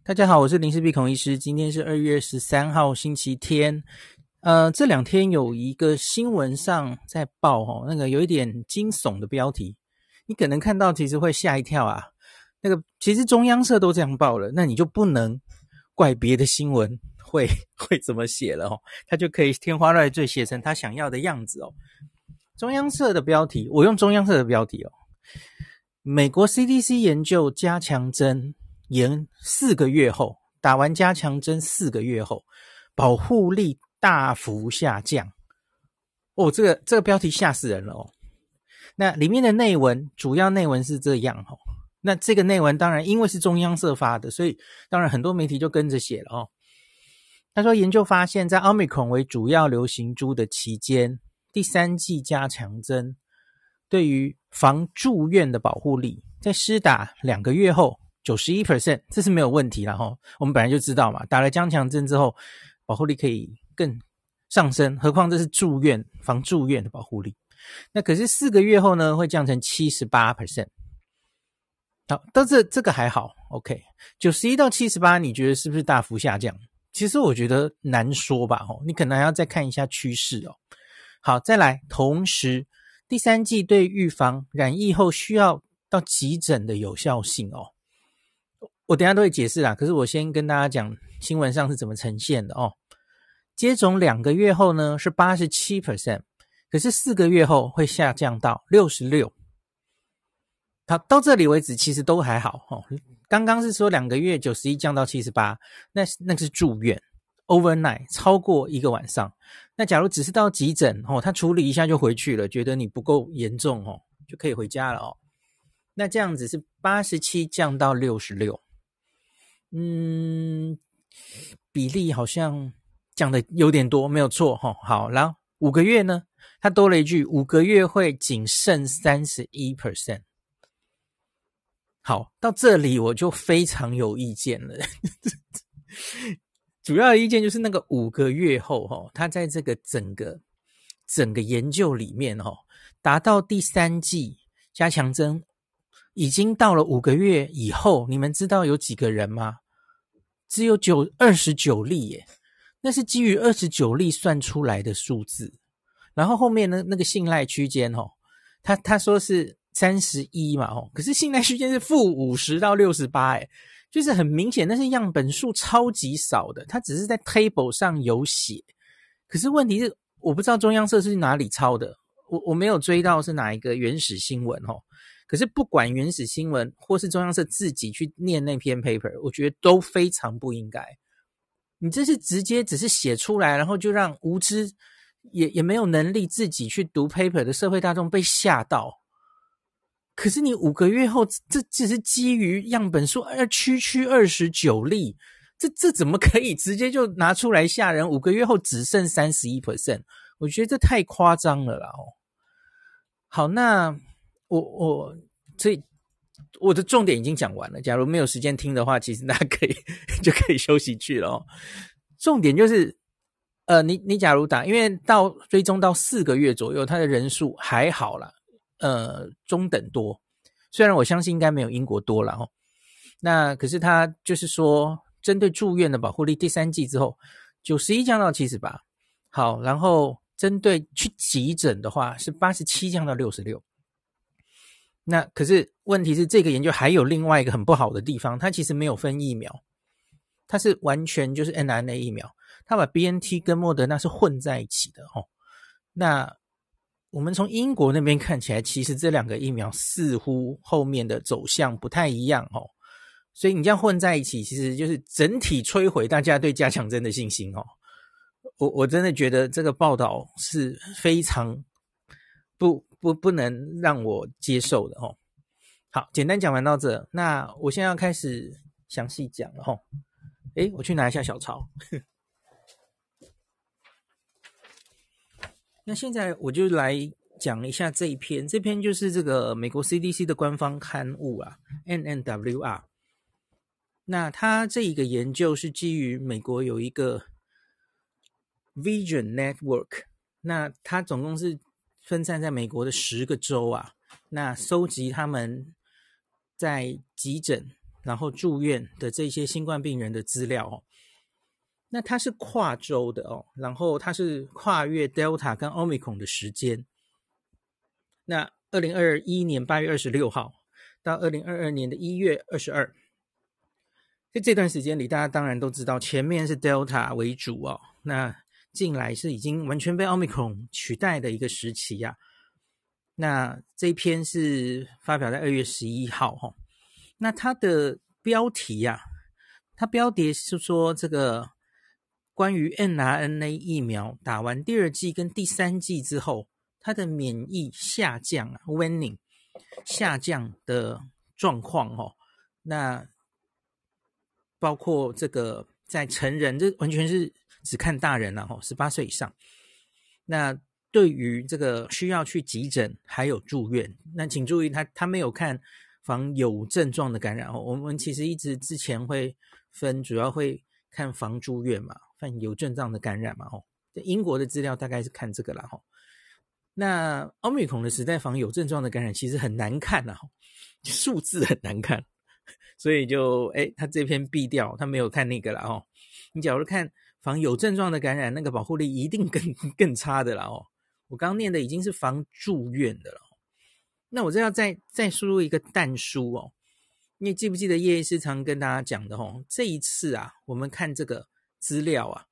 大家好，我是林氏璧孔医师。今天是2月13号星期天。这两天有一个新闻上在报那个有一点惊悚的标题，你可能看到其实会吓一跳啊。那个其实中央社都这样报了，那你就不能怪别的新闻会怎么写了他就可以天花乱坠写成他想要的样子中央社的标题，我用中央社的标题美国 CDC 研究加强针延4个月后，打完加强针4个月后，保护力大幅下降。这个标题吓死人了那里面的内文，主要内文是这样那这个内文当然因为是中央社发的，所以当然很多媒体就跟着写了他说研究发现，在 Omicron 为主要流行株的期间，第3剂加强针对于防住院的保护力，在施打2个月后 91%， 这是没有问题啦我们本来就知道嘛，打了加强针之后保护力可以更上升，何况这是住院防住院的保护力。那可是4个月后呢，会降成 78%。 好，但这个还好 OK， 91到78你觉得是不是大幅下降？其实我觉得难说吧你可能还要再看一下趋势好，再来，同时第3剂对预防染疫后需要到急诊的有效性我等一下都会解释啦，可是我先跟大家讲新闻上是怎么呈现的接种2个月后呢是 87%， 可是4个月后会下降到 66%。 好，到这里为止其实都还好刚刚是说2个月91降到 78， 那是住院 overnight 超过1个晚上。那假如只是到急诊他处理一下就回去了，觉得你不够严重就可以回家了那这样子是87降到66，比例好像降的有点多，没有错好，然后5个月呢，他多了一句5个月会仅剩 31%。 好，到这里我就非常有意见了主要的意见就是那个5个月后他在这个整个研究里面达到第3剂加强针已经到了5个月以后，你们知道有几个人吗？只有29例耶，那是基于29例算出来的数字。然后后面呢那个信赖区间他说是31嘛可是信赖区间是-50到68就是很明显那是样本数超级少的，它只是在 table 上有写。可是问题是我不知道中央社是哪里抄的，我没有追到是哪一个原始新闻可是不管原始新闻或是中央社自己去念那篇 paper， 我觉得都非常不应该。你这是直接只是写出来，然后就让无知也没有能力自己去读 paper 的社会大众被吓到。可是你5个月后，这只是基于样本数区29例，这怎么可以直接就拿出来吓人？5个月后只剩 31%， 我觉得这太夸张了啦好，那所以我的重点已经讲完了，假如没有时间听的话，其实大家就可以休息去了重点就是你假如打，因为追踪到4个月左右，它的人数还好啦，中等多，虽然我相信应该没有英国多啦那可是它就是说针对住院的保护力，第3剂之后91降到78，好，然后针对去急诊的话是87降到66。那可是问题是这个研究还有另外一个很不好的地方，它其实没有分疫苗，它是完全就是 mRNA 疫苗，它把 BNT 跟莫德纳是混在一起的那我们从英国那边看起来，其实这2个疫苗似乎后面的走向不太一样所以你这样混在一起，其实就是整体摧毁大家对加强针的信心我真的觉得这个报道是非常不能让我接受的好，简单讲完到这，那我现在要开始详细讲了我去拿一下小抄那现在我就来讲一下这篇就是这个美国 CDC 的官方刊物NNWR。 那它这一个研究是基于美国有一个 Vision Network， 那它总共是分散在美国的10个州那收集他们在急诊然后住院的这些新冠病人的资料哦。那它是跨州的哦，然后它是跨越 Delta 跟 Omicron 的时间。那2021年8月26号到2022年的1月22，在这段时间里，大家当然都知道，前面是 Delta 为主哦，那进来是已经完全被 Omicron 取代的一个时期啊。那这一篇是发表在2月11号哦。那它的标题啊，它标题是说这个关于 mRNA 疫苗打完第2剂跟第3剂之后，它的免疫下降啊 waning 下降的状况哦。那包括这个在成人，这完全是只看大人啦18岁以上。那对于这个需要去急诊还有住院，那请注意他没有看防有症状的感染哦。我们其实一直之前会分，主要会看防住院嘛，看有症状的感染嘛哦。英国的资料大概是看这个啦哦。那奥密克戎的时代防有症状的感染其实很难看啊，数字很难看，所以就他这篇避掉，他没有看那个啦哦。你假如看防有症状的感染，那个保护力一定更差的啦哦。我刚刚念的已经是防住院的了。那我这要再输入一个但书哦。你记不记得叶医师常跟大家讲的哦？这一次啊，我们看这个资料啊，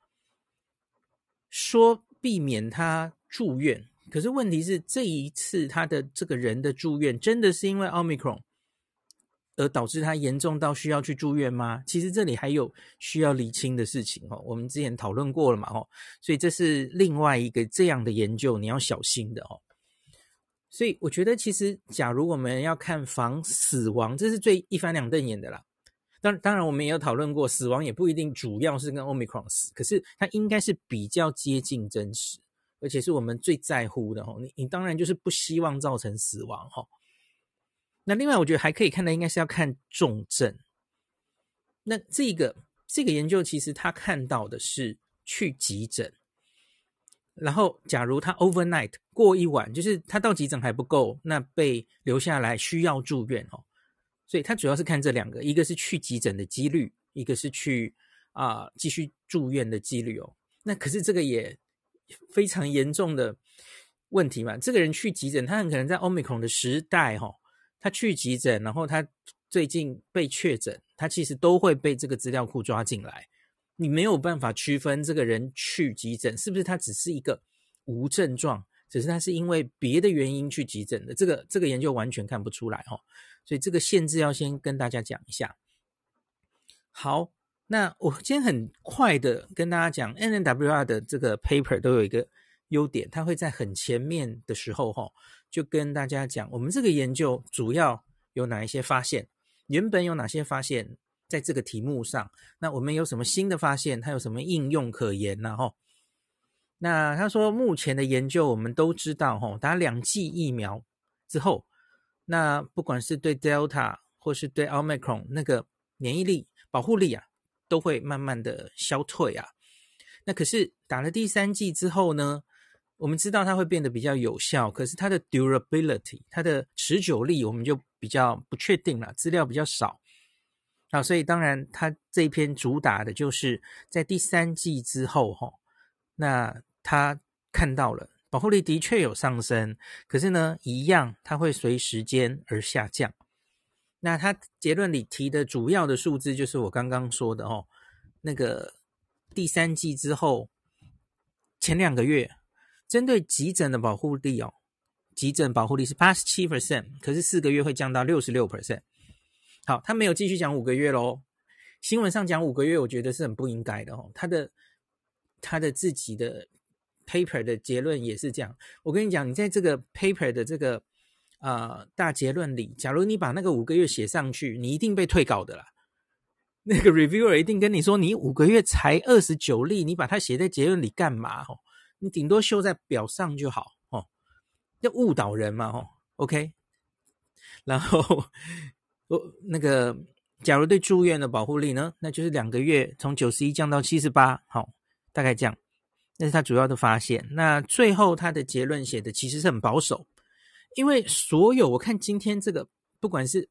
说避免他住院，可是问题是这一次他的这个人的住院真的是因为 Omicron 而导致他严重到需要去住院吗？其实这里还有需要厘清的事情哦，我们之前讨论过了嘛哦，所以这是另外一个这样的研究你要小心的哦。所以我觉得其实假如我们要看防死亡，这是最一翻两瞪眼的啦。当然我们也有讨论过，死亡也不一定主要是跟 Omicron 死，可是它应该是比较接近真实，而且是我们最在乎的哦。你当然就是不希望造成死亡哦。那另外我觉得还可以看的应该是要看重症。那这个研究其实他看到的是去急诊，然后假如他 overnight 过一晚，就是他到急诊还不够，那被留下来需要住院哦。所以他主要是看这两个，一个是去急诊的几率，一个是去继续住院的几率哦。那可是这个也非常严重的问题嘛，这个人去急诊，他很可能在 Omicron 的时代哦，他去急诊，然后他最近被确诊，他其实都会被这个资料库抓进来。你没有办法区分这个人去急诊是不是他只是一个无症状，只是他是因为别的原因去急诊的，这个研究完全看不出来哦。所以这个限制要先跟大家讲一下。好，那我今天很快的跟大家讲 NNWR 的这个 paper 都有一个优点，它会在很前面的时候就跟大家讲我们这个研究主要有哪一些发现，原本有哪些发现在这个题目上，那我们有什么新的发现，它有什么应用可言呢？那他说目前的研究我们都知道打2剂疫苗之后，那不管是对 Delta 或是对 Omicron 那个免疫力保护力啊都会慢慢的消退啊。那可是打了第3剂之后呢，我们知道它会变得比较有效，可是它的 durability 它的持久力我们就比较不确定了，资料比较少。好，所以当然它这一篇主打的就是在第3剂之后那他看到了保护力的确有上升，可是呢一样它会随时间而下降。那他结论里提的主要的数字就是我刚刚说的那个第3剂之后前2个月针对急诊的保护力急诊保护力是 87%， 可是4个月会降到 66%。 好，他没有继续讲5个月咯，新闻上讲5个月我觉得是很不应该的他的自己的 paper 的结论也是这样。我跟你讲，你在这个 paper 的这个大结论里，假如你把那个5个月写上去，你一定被退稿的啦。那个 reviewer 一定跟你说，你5个月才29例，你把它写在结论里干嘛你顶多秀在表上就好要误导人嘛OK。 然后那个假如对住院的保护力呢，那就是2个月从91降到78，大概这样，那是他主要的发现。那最后他的结论写的其实是很保守，因为所有我看今天这个不管是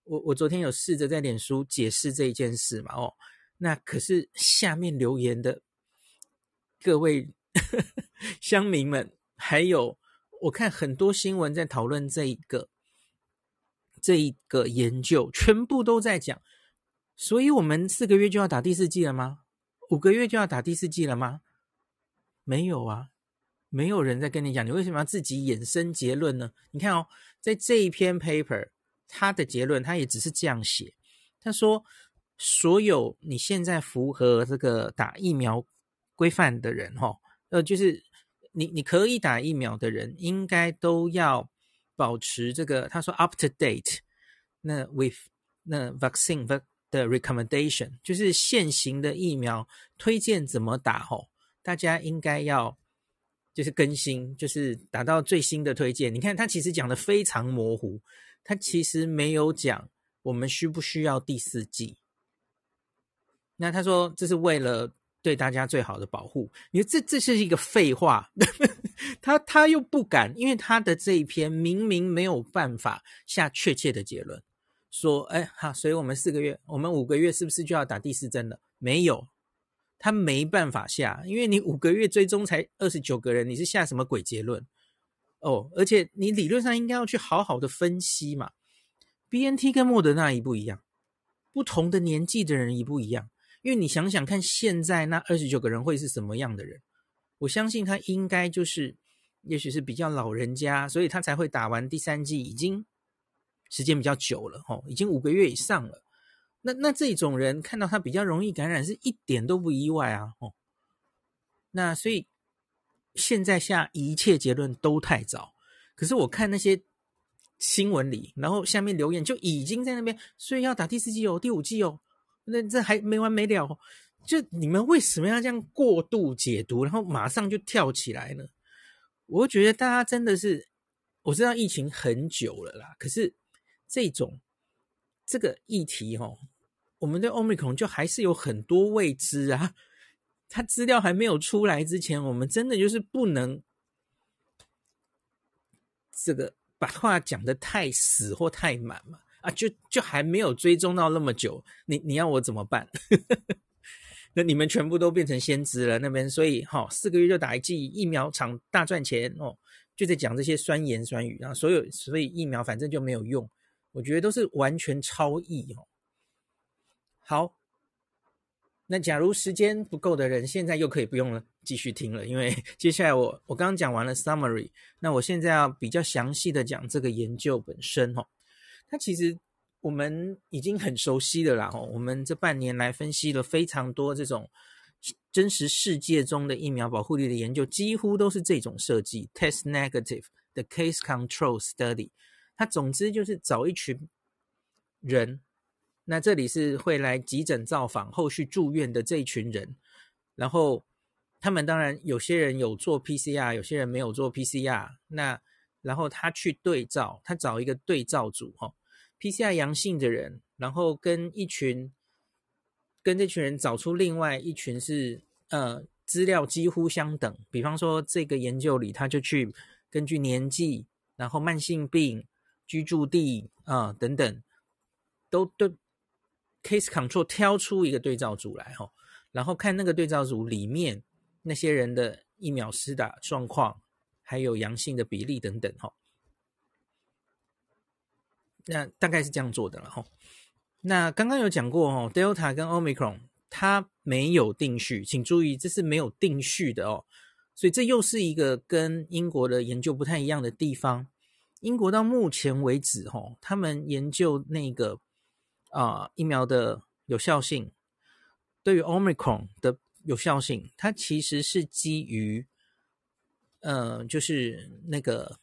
我昨天有试着在脸书解释这一件事嘛，那可是下面留言的各位乡民们，还有我看很多新闻在讨论这一个研究，全部都在讲，所以我们4个月就要打第4剂了吗？5个月就要打第4剂了吗？没有啊，没有人在跟你讲，你为什么要自己衍生结论呢？你看哦，在这一篇 paper， 他的结论他也只是这样写，他说所有你现在符合这个打疫苗规范的人就是你可以打疫苗的人，应该都要保持这个，他说 up to date， 那 with 那 vaccine 的 recommendation， 就是现行的疫苗推荐怎么打大家应该要就是更新，就是打到最新的推荐。你看他其实讲的非常模糊，他其实没有讲我们需不需要第4剂。那他说这是为了对大家最好的保护，你说这是一个废话他又不敢，因为他的这一篇明明没有办法下确切的结论，说好，所以我们4个月，我们5个月是不是就要打第4针了？没有，他没办法下，因为你5个月追踪才29个人，你是下什么鬼结论？而且你理论上应该要去好好的分析嘛。BNT 跟莫德纳一不一样，不同的年纪的人一不一样，因为你想想看现在那29个人会是什么样的人，我相信他应该就是也许是比较老人家，所以他才会打完第3剂已经时间比较久了已经5个月以上了。那这种人看到他比较容易感染是一点都不意外啊那所以现在下一切结论都太早。可是我看那些新闻里，然后下面留言就已经在那边，所以要打第4剂第5剂那这还没完没了就你们为什么要这样过度解读，然后马上就跳起来呢？我觉得大家真的是，我知道疫情很久了啦，可是这个议题我们对 Omicron 就还是有很多未知啊，它资料还没有出来之前，我们真的就是不能这个把话讲得太死或太满嘛就还没有追踪到那么久，你要我怎么办？那你们全部都变成先知了那边，所以4个月就打1剂疫苗厂大赚钱就在讲这些酸言酸语，然后所以疫苗反正就没有用，我觉得都是完全超译好，那假如时间不够的人，现在又可以不用了，继续听了，因为接下来我刚刚讲完了 summary， 那我现在要比较详细的讲这个研究本身它其实我们已经很熟悉的啦我们这半年来分析了非常多这种真实世界中的疫苗保护力的研究，几乎都是这种设计 test negative 的 case control study， 它总之就是找一群人，那这里是会来急诊造访后续住院的这一群人，然后他们当然有些人有做 PCR， 有些人没有做 PCR， 那然后他去对照，他找一个对照组PCR 阳性的人，然后跟这群人找出另外一群是资料几乎相等，比方说这个研究里他就去根据年纪，然后慢性病、居住地等等都 case control 挑出一个对照组来然后看那个对照组里面那些人的疫苗施打状况，还有阳性的比例等等那大概是这样做的了那刚刚有讲过Delta 跟 Omicron 它没有定序，请注意这是没有定序的所以这又是一个跟英国的研究不太一样的地方。英国到目前为止他们研究那个疫苗的有效性，对于 Omicron 的有效性，它其实是基于就是那个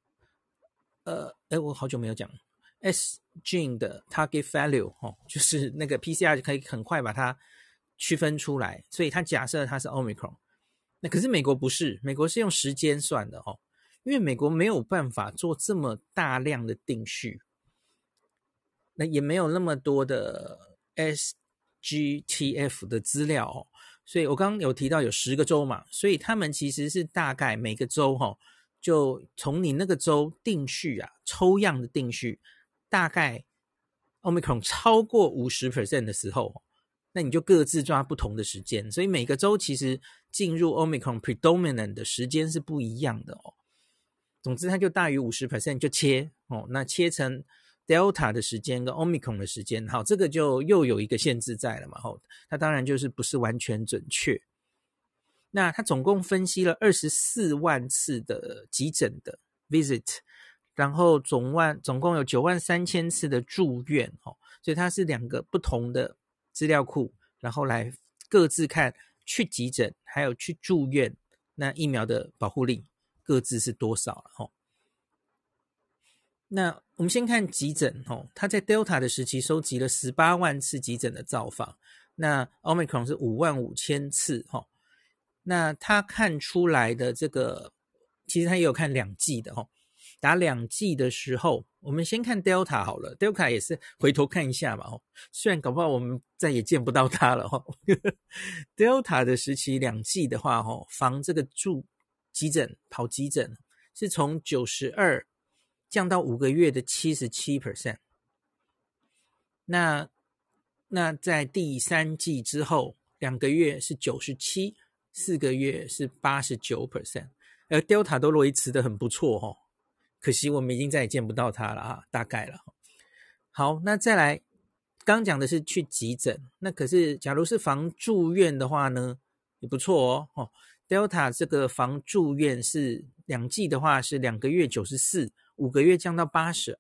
我好久没有讲 S gene 的 target value 就是那个 PCR 就可以很快把它区分出来，所以它假设它是 Omicron。那可是美国不是，美国是用时间算的因为美国没有办法做这么大量的定序，那也没有那么多的 SGTF 的资料所以我刚刚有提到有10个州嘛，所以他们其实是大概每个州就从你那个州定序抽样的定序，大概 Omicron 超过 50% 的时候，那你就各自抓不同的时间，所以每个州其实进入 Omicron predominant 的时间是不一样的哦。总之它就大于 50% 就切哦，那切成 Delta 的时间跟 Omicron 的时间，好，这个就又有一个限制在了嘛，它当然就是不是完全准确。那它总共分析了24万次的急诊的 visit， 然后总共有93000次的住院哦，所以它是2个不同的资料库，然后来各自看去急诊还有去住院那疫苗的保护力各自是多少哦。那我们先看急诊哦，它在 Delta 的时期收集了18万次急诊的造访，那 Omicron 是55000次哦。那他看出来的这个，其实他也有看2剂的打2剂的时候，我们先看 Delta 好了 ，Delta 也是回头看一下嘛虽然搞不好我们再也见不到它了Delta 的时期2剂的话防这个住急诊跑急诊是从92降到5个月的 77%， 那在第3剂之后2个月是97%。4个月是 89%， 而 Delta 都维持得很不错可惜我们已经再也见不到它了大概了。好，那再来刚讲的是去急诊，那可是假如是防住院的话呢也不错Delta 这个防住院是2剂的话是2个月94， 5个月降到82。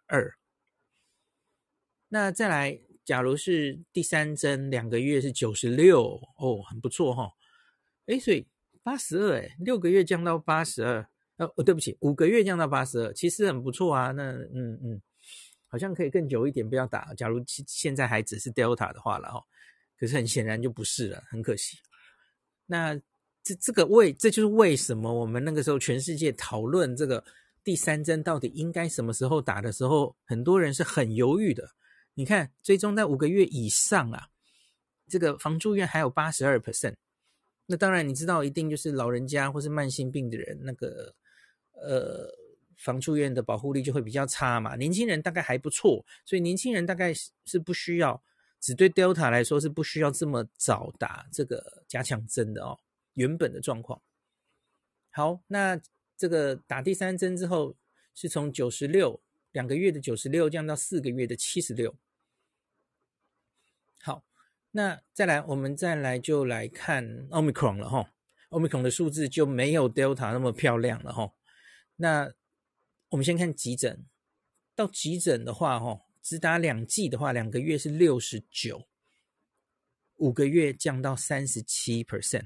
那再来假如是第3针2个月是96很不错所以826个月降到82对不起5个月降到82，其实很不错啊。那好像可以更久一点不要打，假如现在还只是 Delta 的话了可是很显然就不是了，很可惜。那这就是为什么我们那个时候全世界讨论这个第3针到底应该什么时候打的时候，很多人是很犹豫的。你看追踪在5个月以上啊，这个防住院还有 82%，那当然你知道一定就是老人家或是慢性病的人，那个防住院的保护力就会比较差嘛。年轻人大概还不错，所以年轻人大概是不需要，只对 Delta 来说是不需要这么早打这个加强针的原本的状况。好，那这个打第3针之后是从96 2个月的96降到4个月的76。好，那我们再来就来看 Omicron 了Omicron 的数字就没有 Delta 那么漂亮了那我们先看急诊，到急诊的话只打2剂的话2个月是69， 5个月降到 37%。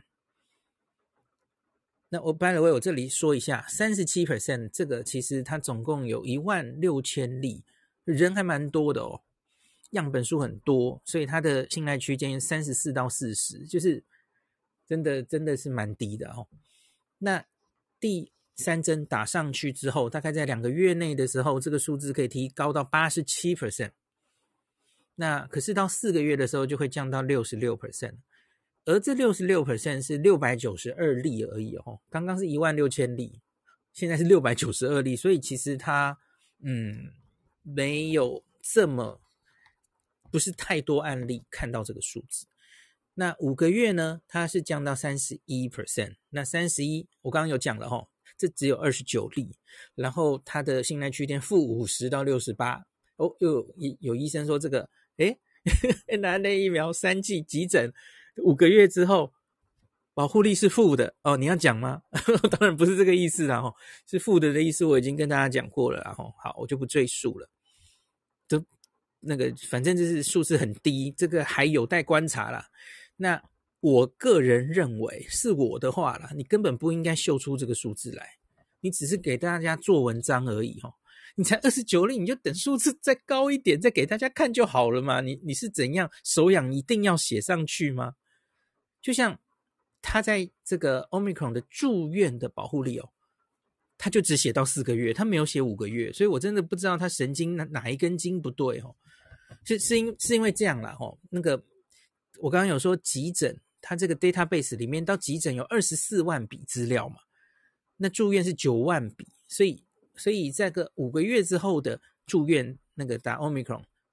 那我 by the way 我这里说一下 37% 这个其实它总共有16000例，人还蛮多的样本数很多，所以它的信赖区间34到40，就是真的是蛮低的那第3针打上去之后，大概在2个月内的时候，这个数字可以提高到 87%。那可是到4个月的时候就会降到 66%， 而这 66% 是692例而已刚刚是16000例，现在是692例，所以其实它没有这么不是太多案例看到这个数字。那5个月呢，它是降到 31%， 那31我刚刚有讲了这只有29例，然后它的信赖区间-50到68。又有医生说这个哪类疫苗3剂急诊5个月之后保护力是负的你要讲吗？当然不是这个意思啦是负的意思我已经跟大家讲过了啦好，我就不赘述了。都那个反正就是数字很低，这个还有待观察啦。那我个人认为是我的话啦，你根本不应该秀出这个数字来，你只是给大家做文章而已你才29例，你就等数字再高一点再给大家看就好了嘛。你是怎样手痒一定要写上去吗？就像他在这个 Omicron 的住院的保护力他就只写到4个月，他没有写5个月，所以我真的不知道他神经哪一根筋不对是因为这样啦那个我刚刚有说急诊它这个 database 里面到急诊有24万笔资料嘛，那住院是9万笔，所以这个5个月之后的住院那个打 Omicron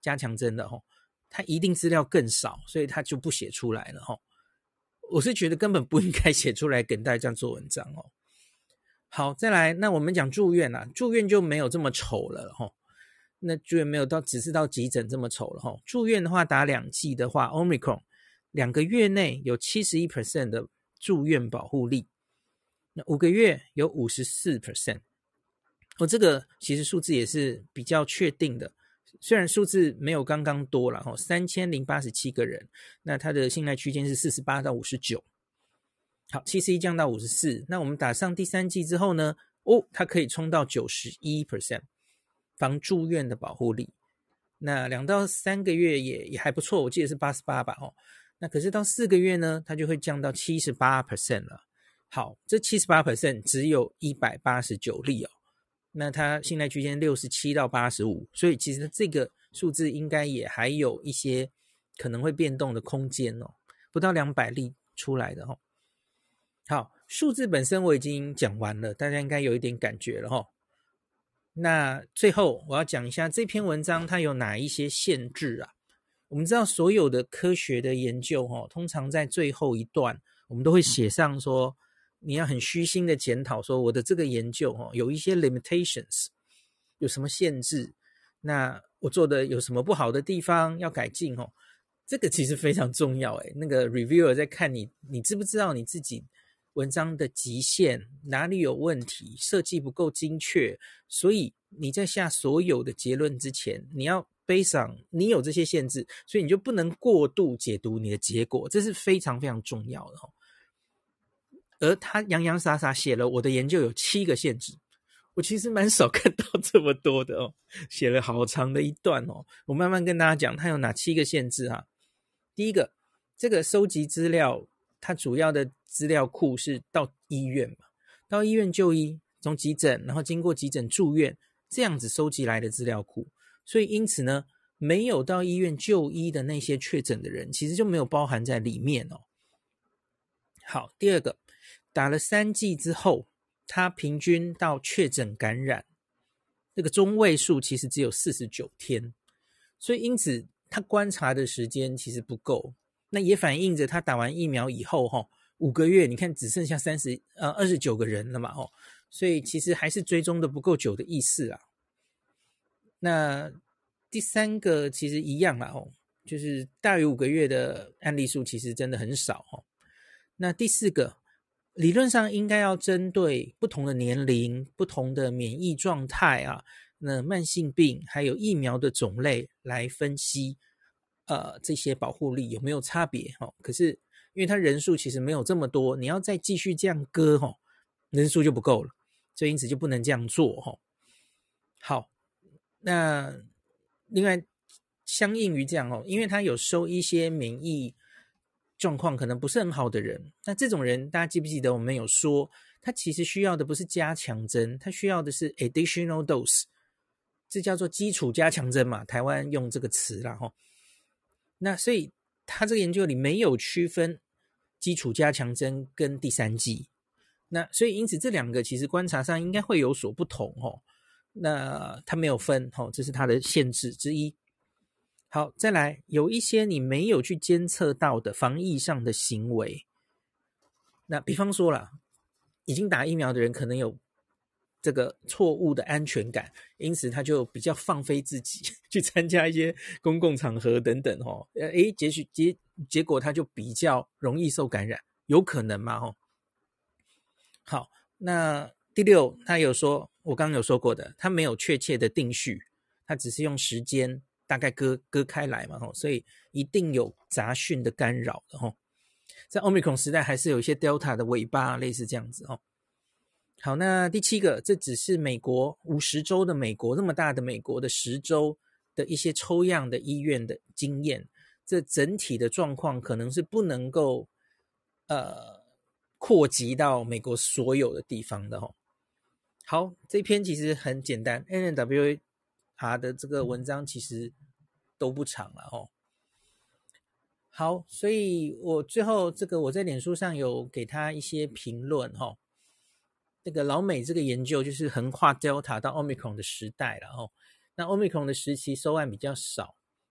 加强针的它一定资料更少，所以它就不写出来了我是觉得根本不应该写出来给大家做文章好，再来，那我们讲住院住院就没有这么丑了那住院没有只是到急诊这么丑了住院的话，打2剂的话 Omicron 2个月内有 71% 的住院保护力，那5个月有 54%。这个其实数字也是比较确定的，虽然数字没有刚刚多了3087个人，那它的信赖区间是48到59。好，71降到54，那我们打上第3剂之后呢，它可以冲到 91% 防住院的保护力。那2到3个月也还不错，我记得是88吧那可是到4个月呢，它就会降到 78% 了。好，这 78% 只有189例那它信赖区间67到85，所以其实这个数字应该也还有一些可能会变动的空间不到200例出来的好，数字本身我已经讲完了，大家应该有一点感觉了那最后我要讲一下这篇文章它有哪一些限制我们知道所有的科学的研究通常在最后一段我们都会写上说你要很虚心的检讨说我的这个研究有一些 limitations， 有什么限制，那我做的有什么不好的地方要改进这个其实非常重要那个 reviewer 在看你知不知道你自己文章的极限哪里有问题，设计不够精确，所以你在下所有的结论之前，你要based on你有这些限制，所以你就不能过度解读你的结果，这是非常非常重要的而他洋洋洒洒写了我的研究有7个限制，我其实蛮少看到这么多的写了好长的一段我慢慢跟大家讲他有哪7个限制第一个，这个收集资料它主要的资料库是到医院嘛，到医院就医，从急诊然后经过急诊住院，这样子收集来的资料库，所以因此呢没有到医院就医的那些确诊的人其实就没有包含在里面好，第二个，打了3剂之后他平均到确诊感染这个中位数其实只有49天，所以因此他观察的时间其实不够，那也反映着他打完疫苗以后5个月你看只剩下29个人了嘛所以其实还是追踪的不够久的意思那第3个其实一样就是大于5个月的案例数其实真的很少那第4个，理论上应该要针对不同的年龄、不同的免疫状态那慢性病还有疫苗的种类来分析这些保护力有没有差别可是因为它人数其实没有这么多，你要再继续这样割人数就不够了，所以因此就不能这样做好，那另外相应于这样因为它有收一些免疫状况可能不是很好的人，那这种人大家记不记得我们有说他其实需要的不是加强针，他需要的是 additional dose， 这叫做基础加强针嘛，台湾用这个词啦那所以他这个研究里没有区分基础加强针跟第3剂，那所以因此这2个其实观察上应该会有所不同那他没有分这是他的限制之一。好，再来有一些你没有去监测到的防疫上的行为，那比方说啦，已经打疫苗的人可能有这个错误的安全感，因此他就比较放飞自己去参加一些公共场合等等结果他就比较容易受感染，有可能嘛好，那第6，他有说我刚刚有说过的，他没有确切的定序，他只是用时间大概割开来嘛所以一定有杂讯的干扰的在 Omicron 时代还是有一些 Delta 的尾巴类似这样子好，那第7个，这只是美国50州的美国，那么大的美国的10州的一些抽样的医院的经验，这整体的状况可能是不能够扩及到美国所有的地方的好，这篇其实很简单 ，NWR 的这个文章其实都不长了好，所以我最后这个我在脸书上有给他一些评论这个老美这个研究就是横跨 Delta 到 Omicron 的时代了那 Omicron 的时期收案比较少，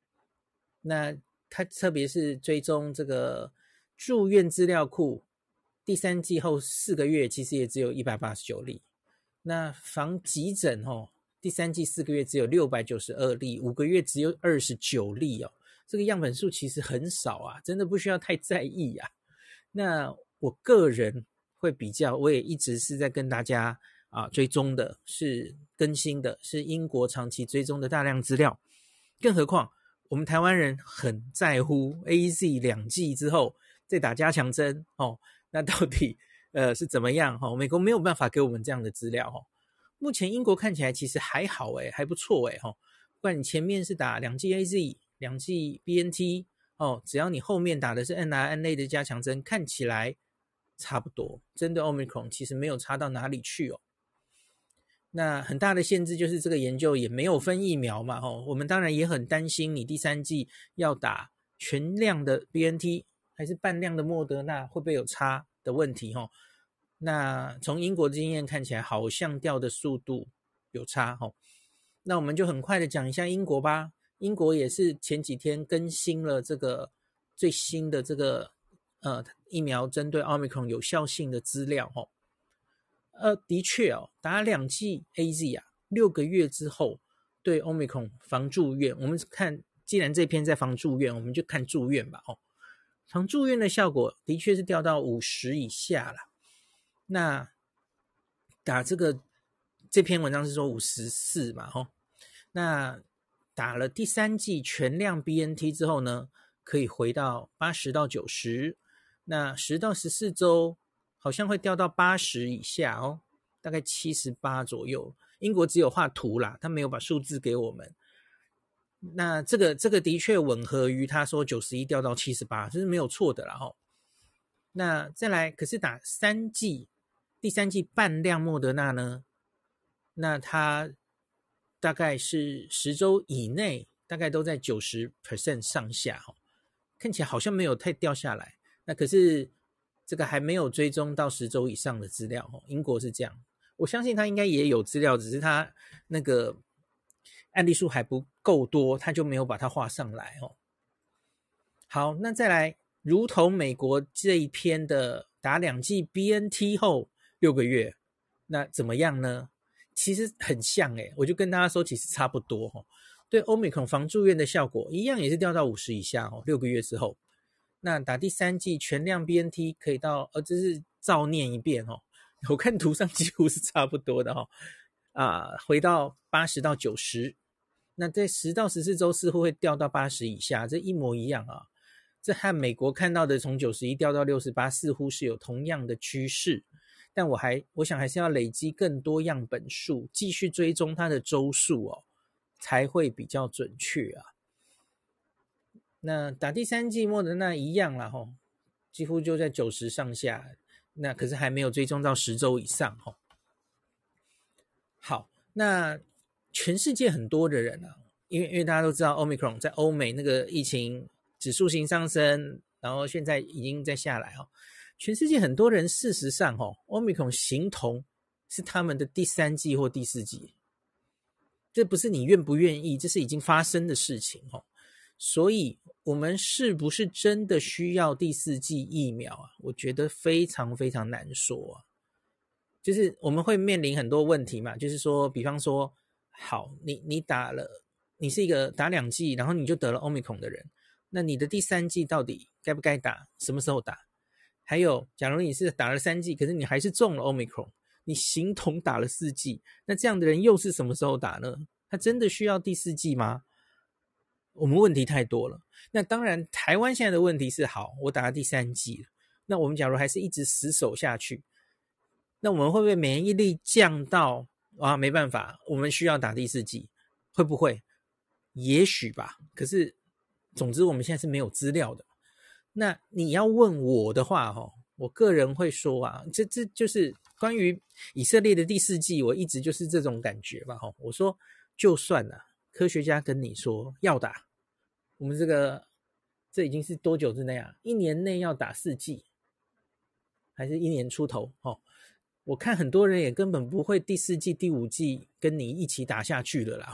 那它特别是追踪这个住院资料库，第三剂后4个月其实也只有189例。那防急诊第三剂4个月只有692例，5个月只有29例哦。这个样本数其实很少啊，真的不需要太在意啊。那我个人会比较，我也一直是在跟大家追踪的，是更新的，是英国长期追踪的大量资料。更何况我们台湾人很在乎 AZ 2剂之后再打加强针那到底是怎么样美国没有办法给我们这样的资料目前英国看起来其实还好还不错不管你前面是打2剂 AZ 2剂 BNT 只要你后面打的是 mRNA 的加强针，看起来差不多，针对 Omicron 其实没有差到哪里去那很大的限制就是这个研究也没有分疫苗嘛我们当然也很担心你第三剂要打全量的 BNT 还是半量的莫德纳会不会有差的问题那从英国的经验看起来好像掉的速度有差那我们就很快的讲一下英国吧。英国也是前几天更新了这个最新的这个疫苗针对 Omicron 有效性的资料的确打2剂 AZ 6个月之后对 Omicron 防住院，我们看既然这篇在防住院，我们就看住院吧防住院的效果的确是掉到50以下啦。那打这篇文章是说54嘛那打了第三剂全量 BNT 之后呢，可以回到80到90，那10到14周好像会掉到80以下大概78左右。英国只有画图啦，他没有把数字给我们。那这个的确吻合于他说91掉到78，这是没有错的啦那再来，可是打第三剂半量莫德纳呢，那它大概是10周以内，大概都在90% 上下看起来好像没有太掉下来。那可是这个还没有追踪到10周以上的资料英国是这样，我相信他应该也有资料，只是他那个案例数还不够多，他就没有把它画上来好，那再来，如同美国这一篇的打2剂 BNT 后6个月，那怎么样呢？其实很像我就跟大家说其实差不多对 Omicron 防住院的效果一样，也是掉到50以下6个月之后。那打第三剂全量 BNT 可以到这是照念一遍我看图上几乎是差不多的回到80到90，那在10到14周似乎会掉到80以下，这一模一样这和美国看到的从91掉到68似乎是有同样的趋势，但我想还是要累积更多样本数，继续追踪它的周数才会比较准确那打第三剂莫德纳一样啦几乎就在90上下，那可是还没有追踪到10周以上好，那全世界很多的人因为大家都知道 Omicron 在欧美那个疫情指数型上升，然后现在已经在下来全世界很多人事实上Omicron 形同是他们的第三剂或第四剂，这不是你愿不愿意，这是已经发生的事情所以我们是不是真的需要第四剂疫苗我觉得非常非常难说就是我们会面临很多问题嘛，就是说比方说好，你是一个打2剂然后你就得了 Omicron 的人，那你的第三剂到底该不该打，什么时候打？还有假如你是打了3剂可是你还是中了 Omicron， 你形同打了4剂，那这样的人又是什么时候打呢？他真的需要第四剂吗？我们问题太多了。那当然台湾现在的问题是好，我打了第三剂了，那我们假如还是一直死守下去，那我们会不会免疫力降到没办法，我们需要打第四剂？会不会？也许吧，可是总之我们现在是没有资料的。那你要问我的话我个人会说这就是关于以色列的第四剂，我一直就是这种感觉吧我说就算科学家跟你说要打，我们这已经是多久之内1年内要打4剂，还是1年出头我看很多人也根本不会第4剂第5剂跟你一起打下去了啦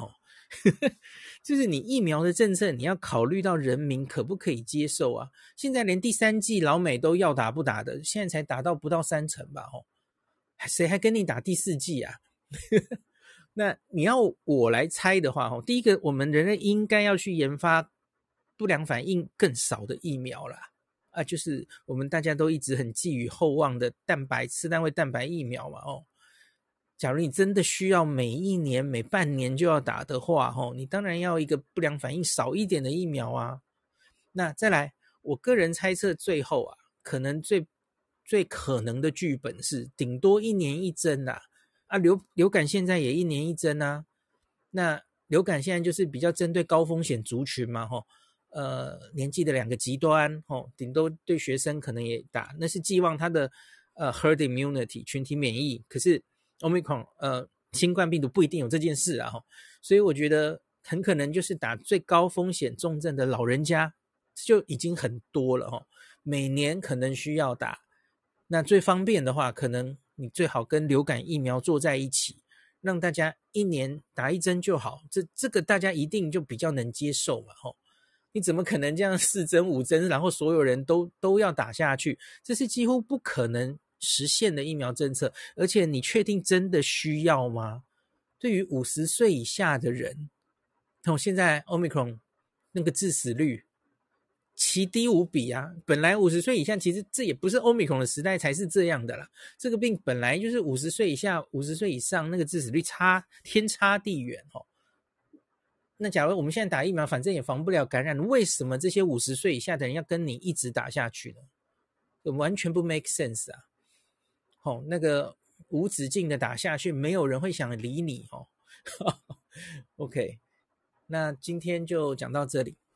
就是你疫苗的政策，你要考虑到人民可不可以接受啊？现在连第三剂老美都要打不打的，现在才打到不到30%吧，谁还跟你打第4剂啊？那你要我来猜的话，第一个，我们人类应该要去研发不良反应更少的疫苗啦。就是我们大家都一直很寄予厚望的次单位蛋白疫苗嘛，假如你真的需要每一年每半年就要打的话，你当然要一个不良反应少一点的疫苗啊。那再来，我个人猜测最后啊，可能最可能的剧本是顶多1年1针啦。流感现在也1年1针啊。那流感现在就是比较针对高风险族群嘛，年纪的2个极端，顶多对学生可能也打，那是寄望他的herd immunity 群体免疫。可是 Omicron 新冠病毒不一定有这件事啊，所以我觉得很可能就是打最高风险重症的老人家就已经很多了，每年可能需要打。那最方便的话，可能你最好跟流感疫苗做在一起，让大家1年打1针就好，这个大家一定就比较能接受嘛，你怎么可能这样4针5针，然后所有人都要打下去？这是几乎不可能实现的疫苗政策。而且你确定真的需要吗？对于50岁以下的人，现在 Omicron 那个致死率奇低无比啊！本来50岁以下，其实这也不是 Omicron 的时代才是这样的啦。这个病本来就是50岁以下、50岁以上，那个致死率天差地远。那假如我们现在打疫苗，反正也防不了感染，为什么这些50岁以下的人要跟你一直打下去呢？完全不 make sense 啊！那个无止境的打下去，没有人会想理你。OK， 那今天就讲到这里。